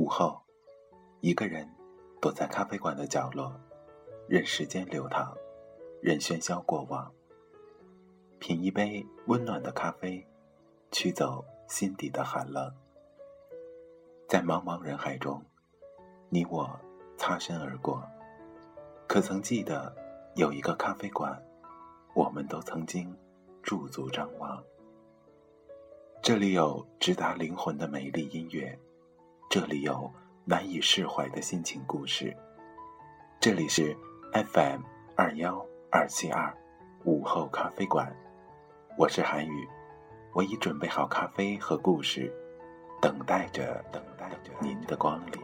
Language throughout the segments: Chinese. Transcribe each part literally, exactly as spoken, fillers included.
后，一个人躲在咖啡馆的角落，任时间流淌，任喧嚣过往，品一杯温暖的咖啡，驱走心底的寒冷。在茫茫人海中，你我擦身而过，可曾记得有一个咖啡馆，我们都曾经驻足张望。这里有直达灵魂的美丽音乐，这里有难以释怀的心情故事。这里是 F M 二一二七二 午后咖啡馆，我是韩宇，我已准备好咖啡和故事，等待着等待着您的光临。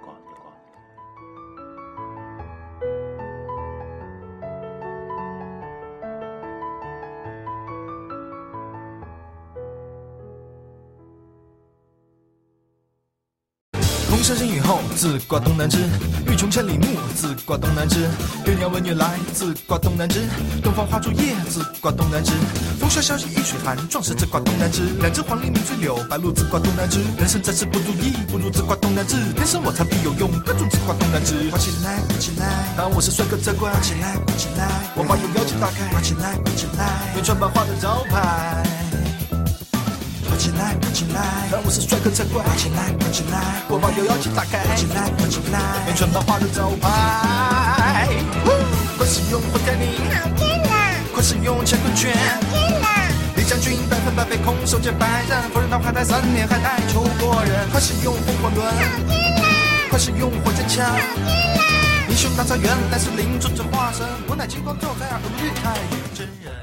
风声雨后，自挂东南枝；欲穷千里目，自挂东南枝。月亮问月来，自挂东南枝。东方花烛夜，自挂东南枝。风萧萧兮易水寒，壮士自挂东南枝。两只黄鹂鸣翠柳，白鹭自挂东南枝。人生在世不如意，不如自挂东南枝。天生我材必有用，各种自挂东南枝。挂起来，挂起来，当我是帅哥才怪。挂起来，挂起来，我把有妖气打开。挂起来，挂起来，原创版画的招牌。挂起来，挂起来，当我是帅哥才怪。挂起来，挂起来，我把有妖气打开。挂起来，挂起来，原创版画的招牌。快使用混改灵，好天啦！快使用乾坤圈，好天啦！李将军百分百被空手接白刃，否认他海苔三年还带求过人。快使用风火轮，好天啦！快使用火箭枪，好天啦！英雄大草原来是灵尊者化身，我乃金光咒在耳绿太乙真人。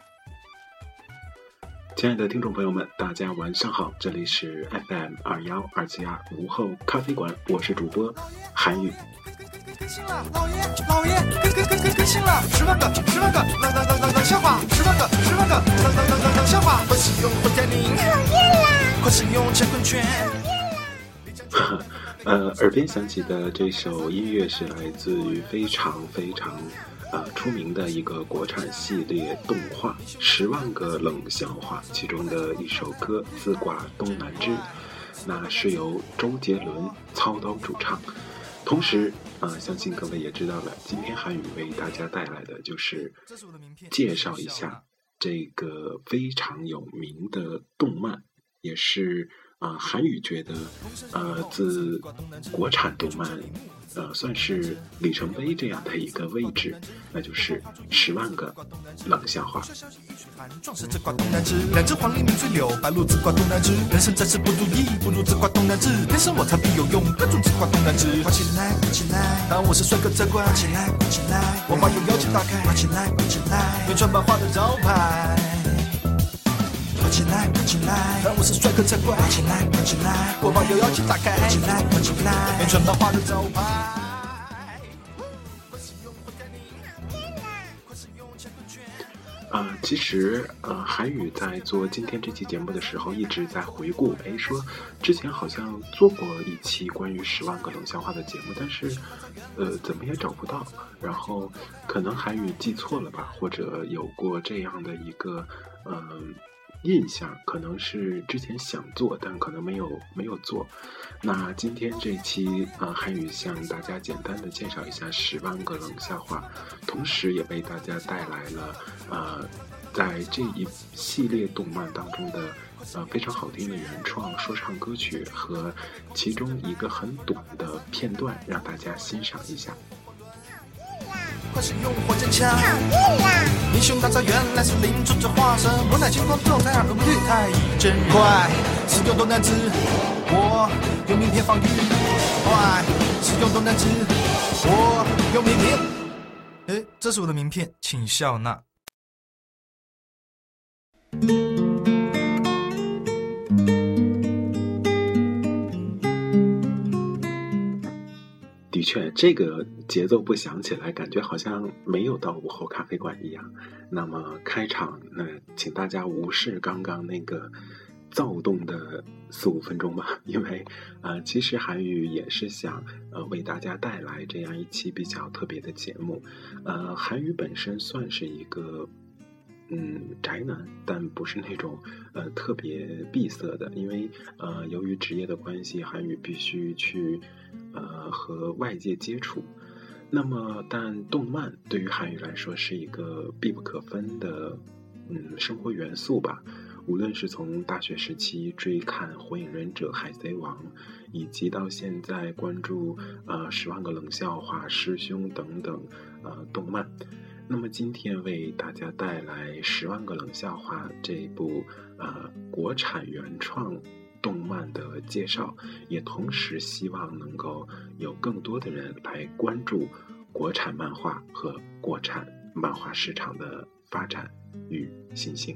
亲爱的听众朋友们，大家晚上好，这里是 F M 二一二七二 午后咖啡馆，我是主播韩宇。 更新了，老爷，老爷，更更更更更新了，十万个，十万个，冷冷冷冷冷笑话，十万个，十万个，冷冷冷冷冷笑话。快使用混改灵，讨厌啦！快使用乾坤圈，讨厌啦！ 呃，耳边响起的这首音乐是来自于非常非常呃，出名的一个国产系列动画《十万个冷笑话》其中的一首歌《自挂东南枝》，那是由周杰伦操刀主唱。同时呃，相信各位也知道了，今天韩宇为大家带来的就是介绍一下这个非常有名的动漫，也是啊、呃，韩宇觉得呃，自国产动漫呃，算是里程碑这样的一个位置，那就是十万个冷笑话。 壮士自挂东南枝，两只黄鹂鸣翠柳，白鹭自挂东南枝。人生在世不如意，不如自挂东南枝。天生我材必有用，各种自挂东南枝。挂起来，挂起来，当我是帅哥才怪。挂起来，挂起来，我把有妖气打开。挂起来，挂起来，原创版画的招牌。挂起来，挂起来，当我是帅哥才怪。挂起来，挂起来，我把有妖气打开。挂起来，挂起来，原创版画的招牌。 啊、呃，其实呃，韩宇在做今天这期节目的时候，一直在回顾，哎，说之前好像做过一期关于十万个冷笑话的节目，但是呃，怎么也找不到，然后可能韩宇记错了吧，或者有过这样的一个嗯。呃印象，可能是之前想做，但可能没有没有做。那今天这期啊，韩宇向大家简单的介绍一下十万个冷笑话，同时也为大家带来了呃，在这一系列动漫当中的呃非常好听的原创说唱歌曲和其中一个很短的片段，让大家欣赏一下。 快使用火箭枪，讨厌啦！英雄大草原来是灵尊者化身，我乃金光咒在耳绿太乙真人。快使用东南枝，我有名片防御。快使用东南枝，我有名片。哎，这是我的名片，请笑纳。 的确，这个节奏不响起来，感觉好像没有到午后咖啡馆一样。那么开场，那请大家无视刚刚那个躁动的四五分钟吧，因为呃，其实韩宇也是想呃为大家带来这样一期比较特别的节目。呃，韩宇本身算是一个嗯宅男，但不是那种呃特别闭塞的，因为呃由于职业的关系，韩语必须去呃和外界接触。那么，但动漫对于韩语来说是一个必不可分的嗯生活元素吧。无论是从大学时期追看《火影忍者》《海贼王》，以及到现在关注呃《十万个冷笑话》《师兄》等等呃动漫，那么今天为大家带来《十万个冷笑话》这部呃国产原创动漫的介绍，也同时希望能够有更多的人来关注国产漫画和国产漫画市场的发展与新兴。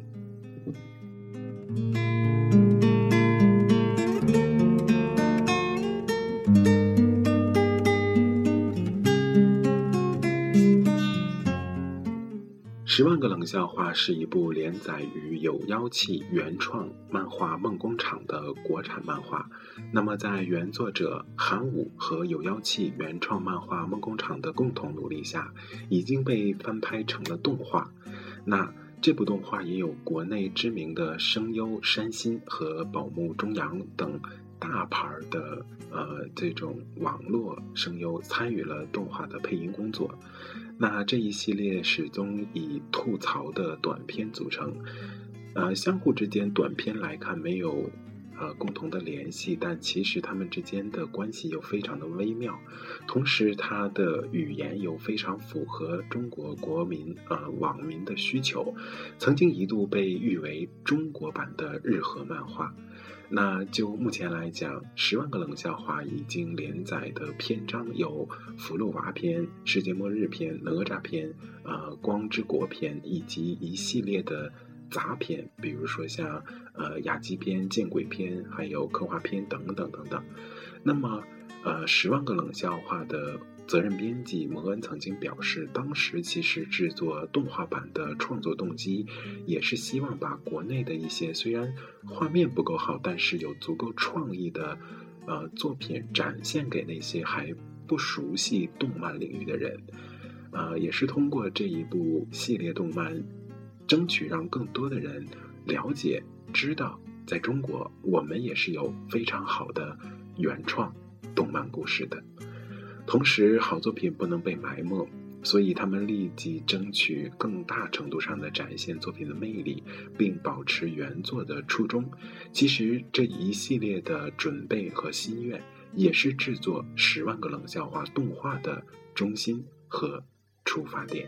十万个冷笑话是一部连载于有妖气原创漫画梦工厂的国产漫画。那么在原作者韩武和有妖气原创漫画梦工厂的共同努力下，已经被翻拍成了动画。那这部动画也有国内知名的声优山新和宝木中阳等大牌的呃这种网络声优参与了动画的配音工作。那这一系列始终以吐槽的短片组成，呃，相互之间短片来看没有呃共同的联系，但其实他们之间的关系又非常的微妙。同时，它的语言又非常符合中国国民呃网民的需求，曾经一度被誉为中国版的日和漫画。那就目前来讲，《十万个冷笑话》已经连载的篇章有福禄娃篇、世界末日篇、哪吒篇、呃光之国篇，以及一系列的杂篇，比如说像呃雅集篇、见鬼篇，还有刻画篇等等等等。那么呃《十万个冷笑话》的责任编辑摩恩曾经表示，当时其实制作动画版的创作动机也是希望把国内的一些虽然画面不够好，但是有足够创意的呃作品展现给那些还不熟悉动漫领域的人，呃，也是通过这一部系列动漫争取让更多的人了解知道，在中国我们也是有非常好的原创动漫故事的。同时，好作品不能被埋没，所以他们立即争取更大程度上的展现作品的魅力，并保持原作的初衷。其实这一系列的准备和心愿，也是制作《十万个冷笑话》动画的中心和出发点。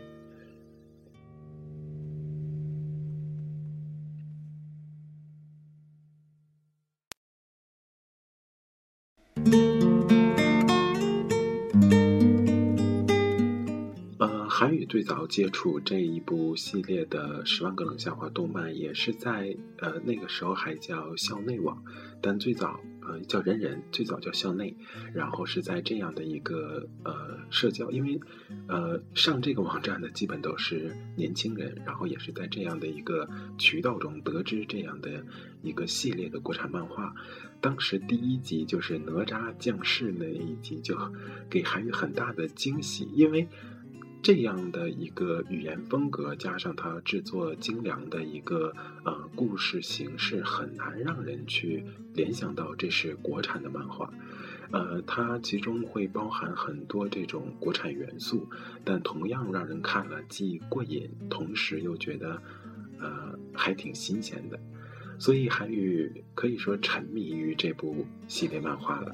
韩语最早接触这一部系列的《十万个冷笑话》动漫，也是在呃那个时候还叫校内网，但最早呃叫人人，最早叫校内，然后是在这样的一个呃社交，因为呃上这个网站的基本都是年轻人，然后也是在这样的一个渠道中得知这样的一个系列的国产漫画。当时第一集就是哪吒降世那一集，就给韩语很大的惊喜，因为这样的一个语言风格，加上它制作精良的一个呃故事形式，很难让人去联想到这是国产的漫画。呃，它其中会包含很多这种国产元素，但同样让人看了既过瘾，同时又觉得呃还挺新鲜的。所以韩语可以说沉迷于这部系列漫画了。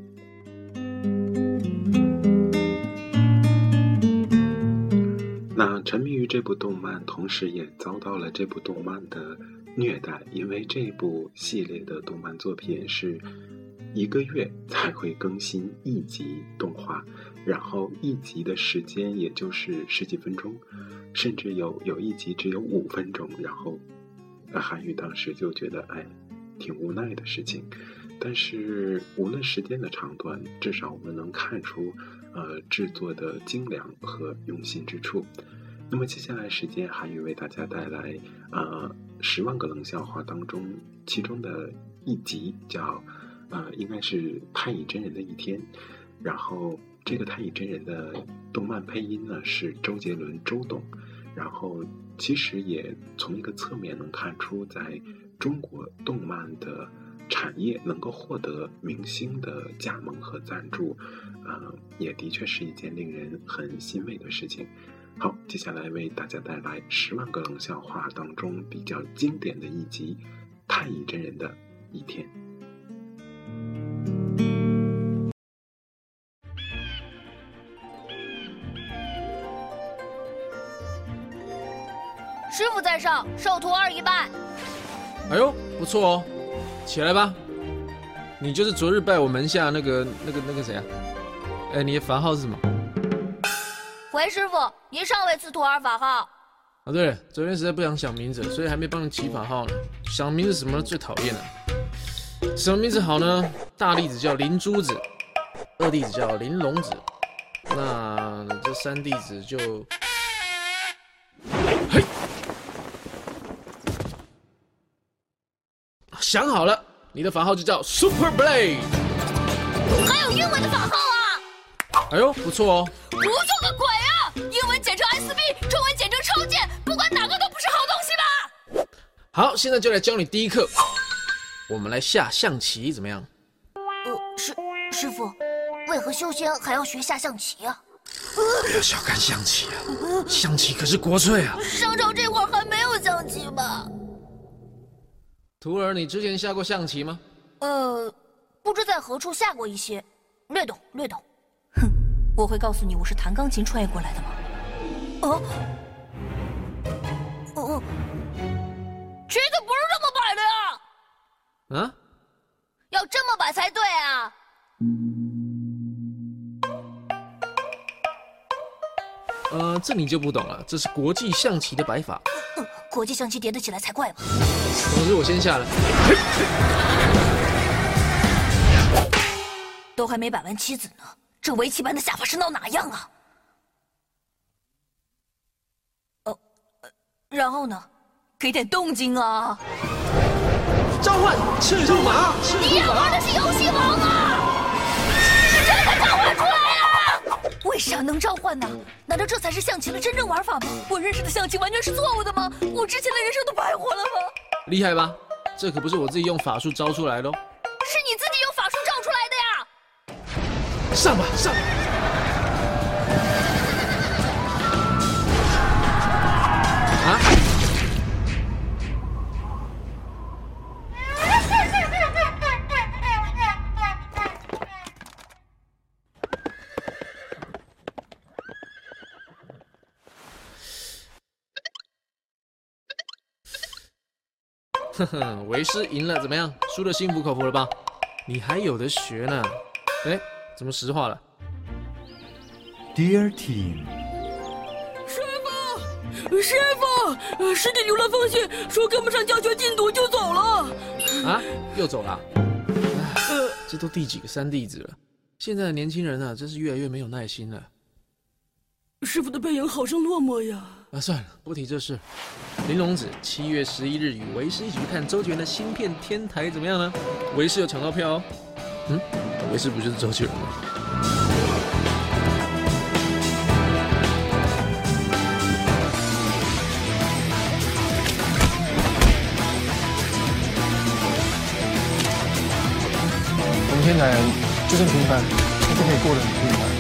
那沉迷于这部动漫，同时也遭到了这部动漫的虐待，因为这部系列的动漫作品是一个月才会更新一集动画，然后一集的时间也就是十几分钟，甚至有有一集只有五分钟，然后韩语当时就觉得哎，挺无奈的事情。但是无论时间的长短，至少我们能看出呃制作的精良和用心之处。那么接下来时间，韩语为大家带来呃十万个冷笑话当中其中的一集，叫呃应该是太乙真人的一天。然后这个太乙真人的动漫配音呢是周杰伦周董，然后其实也从一个侧面能看出，在中国动漫的产业能够获得明星的加盟和赞助，呃，也的确是一件令人很欣慰的事情。好，接下来为大家带来《十万个冷笑话》当中比较经典的一集——太乙真人的一天。 师傅在上，受徒儿一拜。 哎呦，不错哦，起来吧。你就是昨日拜我门下那个、那个、那个谁啊？哎，你的法号是什么？ 回师傅，您尚未赐徒儿法号。 啊，对了，昨天实在不想想名字，所以还没帮你起法号呢。想名字什么最讨厌了、啊？什么名字好呢？大弟子叫林珠子，二弟子叫林龙子，那这三弟子就……嘿。想好了，你的法号就叫 Super Blade。 还有英文的法号啊！ 哎呦，不错哦。 不错个鬼啊！英文简称 S B， 中文简称超剑，不管哪个都不是好东西吧？ 好，现在就来教你第一课，我们来下象棋，怎么样？ 呃，师师傅，为何修仙还要学下象棋啊？ 不要小看象棋啊，象棋可是国粹啊。 商朝这会儿还没有象棋吧？ 徒儿，你之前下过象棋吗？ 呃，不知在何处下过一些，略懂略懂。哼，我会告诉你我是弹钢琴穿越过来的吗？哦，哦，棋子不是这么摆的呀！啊？要这么摆才对啊！ 呃，这你就不懂了，这是国际象棋的摆法。 嗯，国际象棋叠得起来才怪吧？ 总之我先下了。 都还没摆完棋子呢，这围棋班的下法是闹哪样啊？哦，然后呢？给点动静啊！ 召唤赤兔马！ 你要玩的是游戏王啊！真的召唤出来了！为啥能召唤呢？难道这才是象棋的真正玩法吗？我认识的象棋完全是错误的吗？我之前的人生都白活了吗？ 厉害吧？这可不是我自己用法术招出来的哦。 是你自己用法术召出来的呀！ 上吧，上吧！啊！呵呵，为师赢了，怎么样？输得心服口服了吧？你还有的学呢。哎，怎么石化了 ？Dear Team， 师傅，师傅，师弟留了封信，说跟不上教学进度就走了。 啊？又走了？呃，这都第几个三弟子了？现在的年轻人啊，真是越来越没有耐心了。 师傅的背影好生落寞呀。 啊，算了，不提这事。林龙子七月十一日与为师一起去看周杰伦的新片《天台》，怎么样呢？为师有抢到票哦。嗯，为师不就是周杰伦吗？ 我们天台人就是很平凡，但是可以过得很平凡。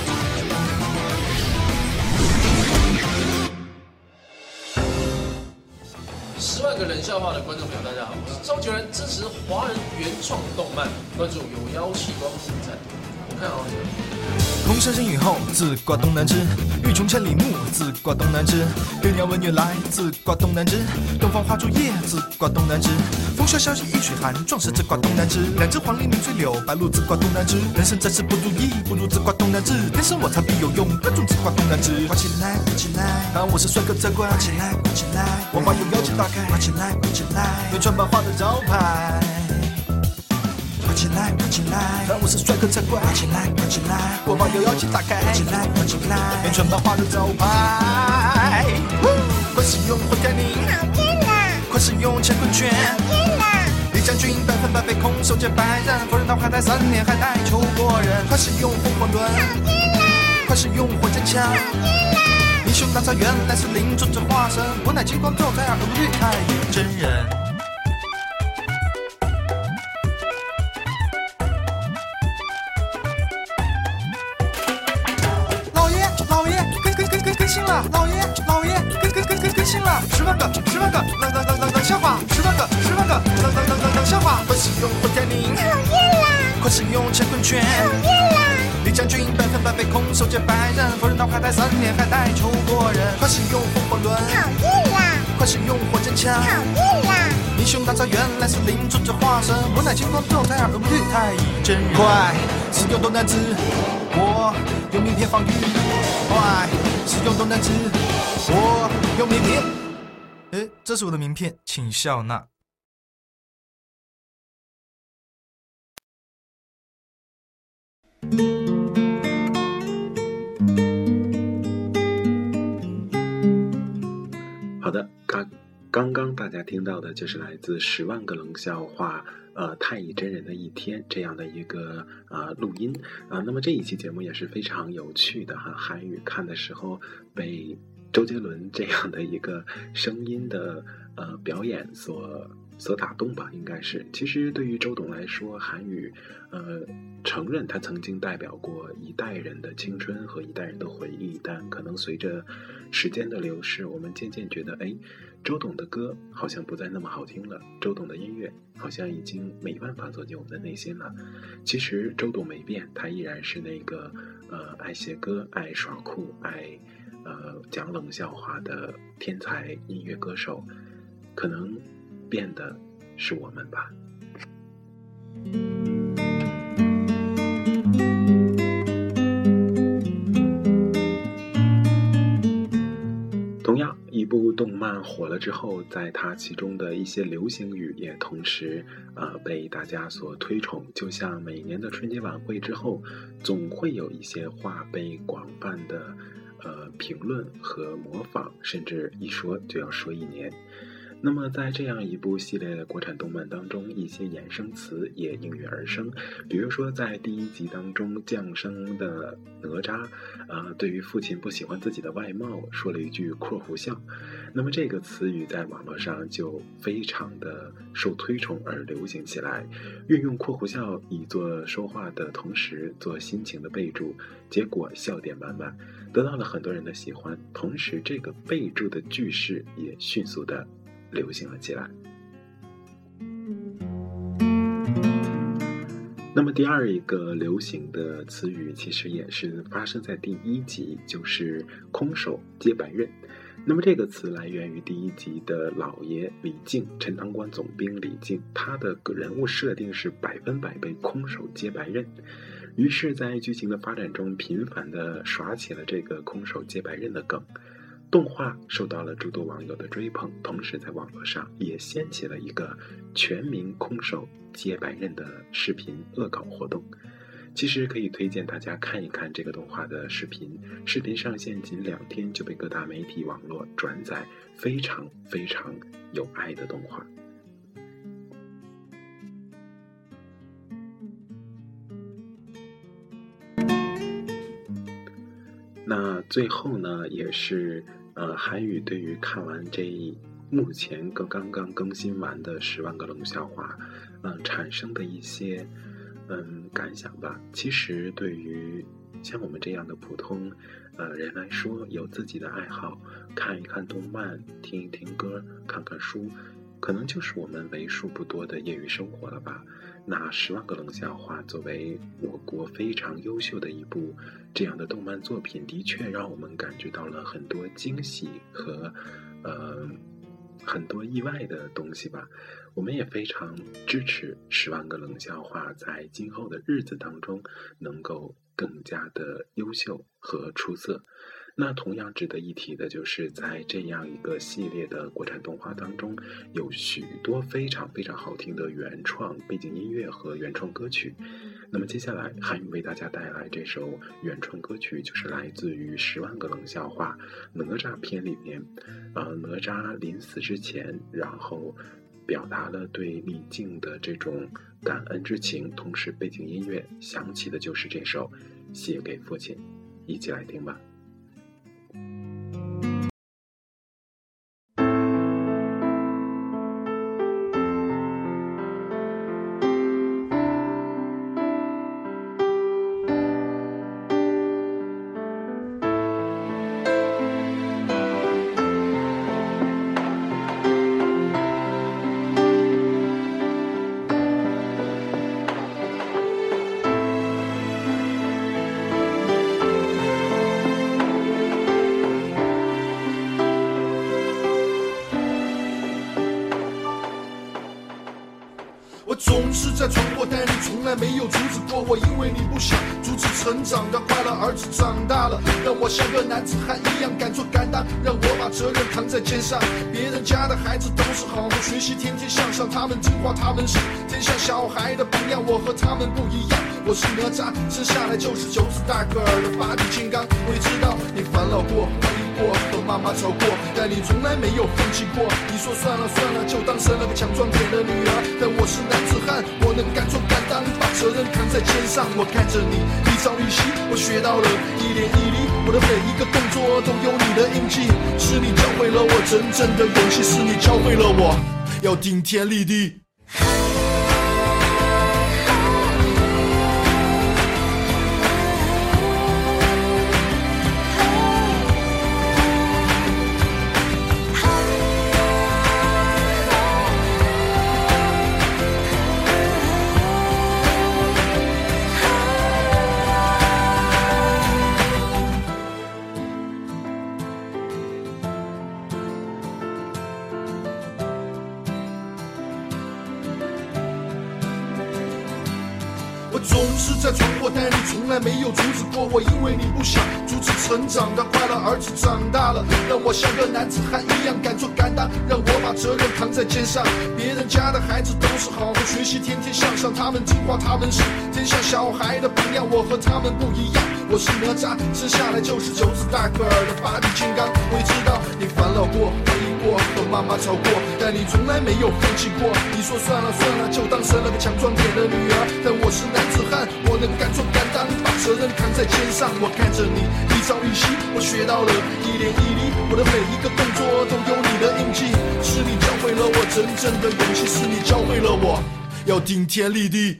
十万个冷笑话的观众朋友，大家好，我是周杰伦，支持华人原创动漫，关注有妖气光复站。我看好你。 空山新雨后，自挂东南枝；欲穷千里目，自挂东南枝。月亮文月来，自挂东南枝。东方花烛夜，自挂东南枝。风萧萧兮易水寒，壮士自挂东南枝。两只黄鹂鸣翠柳，白鹭自挂东南枝。人生在世不如意，不如自挂东南枝。天生我材必有用，各种自挂东南枝。挂起来，挂起来，啊，我是帅哥才怪。挂起来，挂起来，我把有妖气打开。挂起来，挂起来，原创版画的招牌。挂起来，挂起来，我是帅哥才怪。挂起来，挂起来，我把有妖气打开。挂起来，挂起来，原创版画的招牌。快使用火天绫，好天哪！快使用乾坤圈，好天哪！李将军百分百被空手接百人，夫人到海苔三年还带求过人。快使用风火轮，好天哪！快使用火箭枪，好天哪！ 英雄大草原来是灵珠之化身，我乃金光咒在耳目绿太乙真人。老爷老爷更更更更更新了，老爷老爷更更更更更新了，十万个十万个冷冷冷冷冷笑话，十万个十万个冷冷冷冷冷笑话。快使用火天绫，讨厌啦！快使用乾坤圈，讨厌啦！李将军百分百被空手接白刃，夫人到海带三年还带求过人。快使用风火轮，讨厌啦！快使用火箭枪，讨厌啦！英雄大草原来是灵珠之化身，我乃金光咒在耳目绿太乙真人。快使用东南枝，我用名片防御。快使用东南枝，我用名片。诶，这是我的名片，请笑纳。 好的，刚刚刚大家听到的就是来自十万个冷笑话呃太乙真人的一天这样的一个呃录音啊、呃。那么这一期节目也是非常有趣的哈，韩语看的时候被周杰伦这样的一个声音的呃表演所所打动吧，应该是。其实对于周董来说，韩语呃承认他曾经代表过一代人的青春和一代人的回忆，但可能随着时间的流逝，我们渐渐觉得，哎，周董的歌好像不再那么好听了，周董的音乐好像已经没办法走进我们的内心了。其实周董没变，他依然是那个呃爱写歌、爱耍酷、爱呃讲冷笑话的天才音乐歌手，可能变的是我们吧。同样，一部动漫火了之后，在它其中的一些流行语也同时呃被大家所推崇。就像每年的春节晚会之后，总会有一些话被广泛的呃评论和模仿，甚至一说就要说一年。那么在这样一部系列的国产动漫当中，一些衍生词也应运而生。比如说在第一集当中降生的哪吒呃，对于父亲不喜欢自己的外貌说了一句括弧笑，那么这个词语在网络上就非常的受推崇而流行起来，运用括弧笑以做说话的同时做心情的备注，结果笑点满满，得到了很多人的喜欢，同时这个备注的句式也迅速的流行了起来。那么第二一个流行的词语其实也是发生在第一集，就是空手接白刃。那么这个词来源于第一集的老爷李靖，陈塘关总兵李靖，他的人物设定是百分百被空手接白刃，于是在剧情的发展中频繁地耍起了这个空手接白刃的梗。动画受到了诸多网友的追捧，同时在网络上也掀起了一个全民空手接白刃的视频恶搞活动。其实可以推荐大家看一看这个动画的视频，视频上线仅两天就被各大媒体网络转载，非常非常有爱的动画。那最后呢，也是呃韩语对于看完这一目前刚刚刚更新完的十万个冷笑话，嗯、呃，产生的一些嗯感想吧。其实对于像我们这样的普通呃人来说，有自己的爱好，看一看动漫，听一听歌，看看书，可能就是我们为数不多的业余生活了吧。那十万个冷笑话作为我国非常优秀的一部这样的动漫作品，的确让我们感觉到了很多惊喜和呃很多意外的东西吧。我们也非常支持十万个冷笑话在今后的日子当中能够更加的优秀和出色。那同样值得一提的就是在这样一个系列的国产动画当中，有许多非常非常好听的原创背景音乐和原创歌曲。那么接下来韩语为大家带来这首原创歌曲，就是来自于十万个冷笑话哪吒篇里面呃，哪吒临死之前，然后表达了对李靖的这种感恩之情，同时背景音乐响起的就是这首写给父亲，一起来听吧。 是在闯祸，但你从来没有阻止过我，因为你不想阻止成长的快乐。儿子长大了，让我像个男子汉一样敢做敢当，让我把责任扛在肩上。别人家的孩子都是好好学习，天天向上，他们听话，他们是天下小孩的榜样。我和他们不一样，我是哪吒，生下来就是九子大个儿的八臂金刚。我也知道你烦恼过，怀疑过，和妈妈吵过，但你从来没有放弃过。你说算了算了，就当生了个强壮点的女儿。但我是男子汉，我能敢做敢当，把责任扛在肩上。我看着你一朝一夕，我学到了一点一滴，我的每一个动作都有你的印记。是你教会了我真正的勇气，是你教会了我要顶天立地。我总是在闯祸，但你从来没有阻止过我，因为你不想阻止成长的快乐。儿子长大了，让我像个男子汉一样敢做敢当，让我把责任扛在肩上。别人家的孩子都是好好学习，天天向上，他们听话，他们是天下小孩的榜样。我和他们不一样，我是哪吒，生下来就是九子大个儿的八臂金刚。我也知道你烦恼过，怀疑过，和妈妈吵过，但你从来没有放弃过。你说算了算了，就当生了个强壮点的女儿。但我是男子汉，我能敢做敢当，把责任扛在肩上。我看着你一朝一夕，我学到了一点一滴，我的每一个动作都有你的印记。是你教会了我真正的勇气，是你教会了我要顶天立地。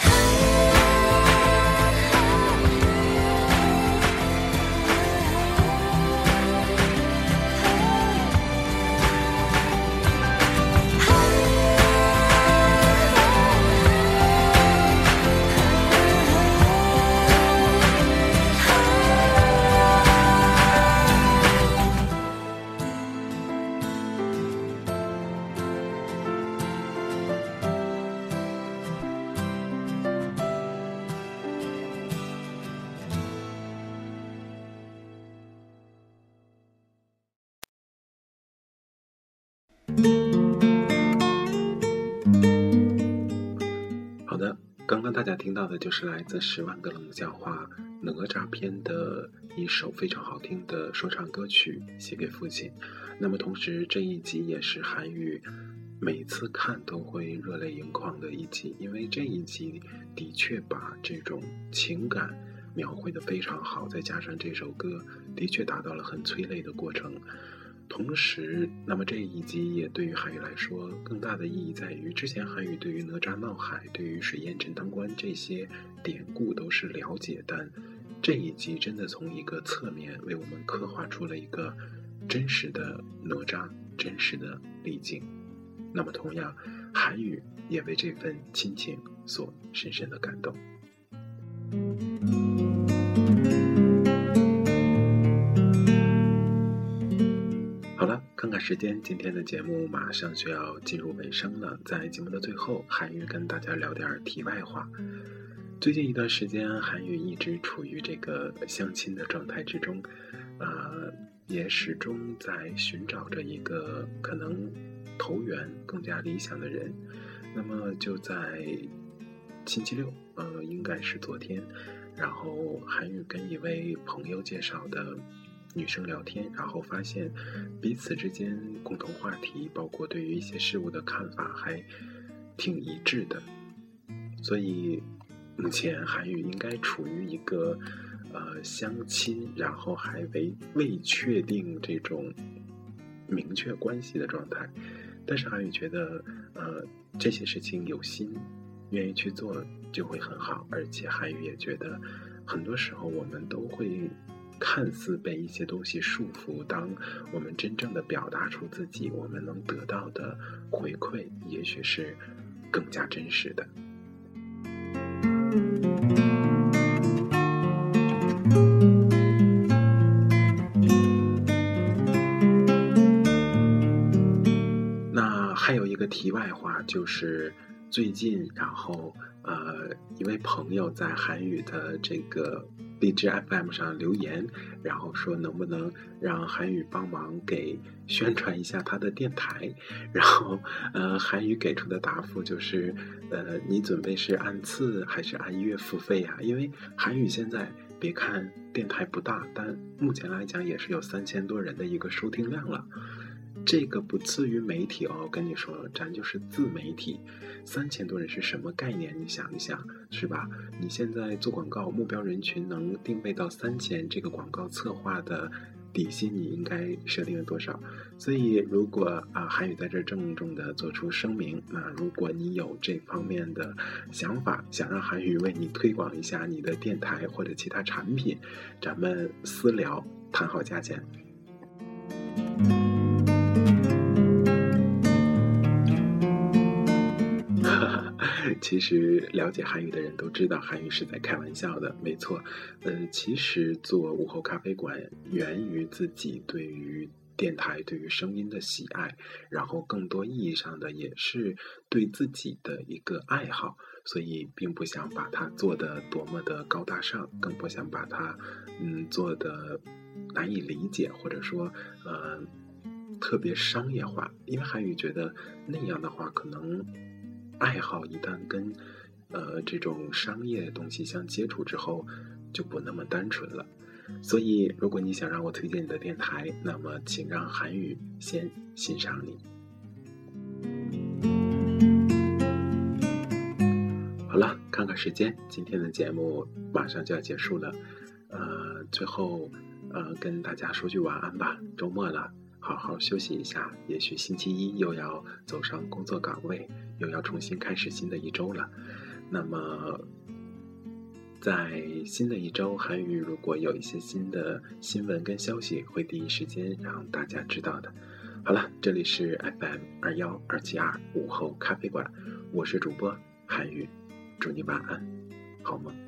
好的，刚刚大家听到的就是来自十万个冷笑话哪吒篇的一首非常好听的说唱歌曲《写给父亲》。那么同时这一集也是韩语每次看都会热泪盈眶的一集，因为这一集的确把这种情感描绘得非常好，再加上这首歌的确达到了很催泪的过程。同时那么这一集也对于韩语来说更大的意义在于，之前韩语对于哪吒闹海，对于水淹陈塘关这些典故都是了解，但这一集真的从一个侧面为我们刻画出了一个真实的哪吒，真实的历经。那么同样韩语也为这份亲情所深深的感动。好了，看看时间，今天的节目马上就要进入尾声了。在节目的最后，韩语跟大家聊点题外话。最近一段时间，韩语一直处于这个相亲的状态之中，呃，也始终在寻找着一个可能投缘更加理想的人。那么就在星期六，呃，应该是昨天，然后韩语跟一位朋友介绍的女生聊天，然后发现彼此之间共同话题，包括对于一些事物的看法还挺一致的。所以目前韩语应该处于一个呃相亲，然后还未未确定这种明确关系的状态。但是韩语觉得呃这些事情有心愿意去做就会很好，而且韩语也觉得很多时候我们都会看似被一些东西束缚，当我们真正的表达出自己，我们能得到的回馈也许是更加真实的。那还有一个题外话，就是最近然后呃一位朋友在韩语的这个荔枝 F M 上留言，然后说能不能让韩语帮忙给宣传一下他的电台，然后呃韩语给出的答复就是呃你准备是按次还是按月付费呀？因为韩语现在别看电台不大，但目前来讲也是有三千多人的一个收听量了。这个不次于媒体哦，跟你说，咱就是自媒体，三千多人是什么概念？你想一想，是吧？你现在做广告，目标人群能定位到三千，这个广告策划的底薪你应该设定了多少？所以，如果啊韩语在这郑重的做出声明，那如果你有这方面的想法，想让韩语为你推广一下你的电台或者其他产品，咱们私聊谈好价钱。其实了解韩语的人都知道韩语是在开玩笑的，没错。呃，其实做午后咖啡馆源于自己对于电台对于声音的喜爱，然后更多意义上的也是对自己的一个爱好，所以并不想把它做得多么的高大上，更不想把它嗯做得难以理解，或者说呃特别商业化，因为韩语觉得那样的话可能爱好一旦跟呃这种商业东西相接触之后就不那么单纯了。所以如果你想让我推荐你的电台，那么请让韩语先欣赏你。好了，看看时间，今天的节目马上就要结束了。呃，最后呃跟大家说句晚安吧，周末了，好好休息一下，也许星期一又要走上工作岗位，又要重新开始新的一周了。那么在新的一周，韩语如果有一些新的新闻跟消息，会第一时间让大家知道的。好了，这里是 F M 二一二七二午后咖啡馆，我是主播韩语，祝你晚安，好梦。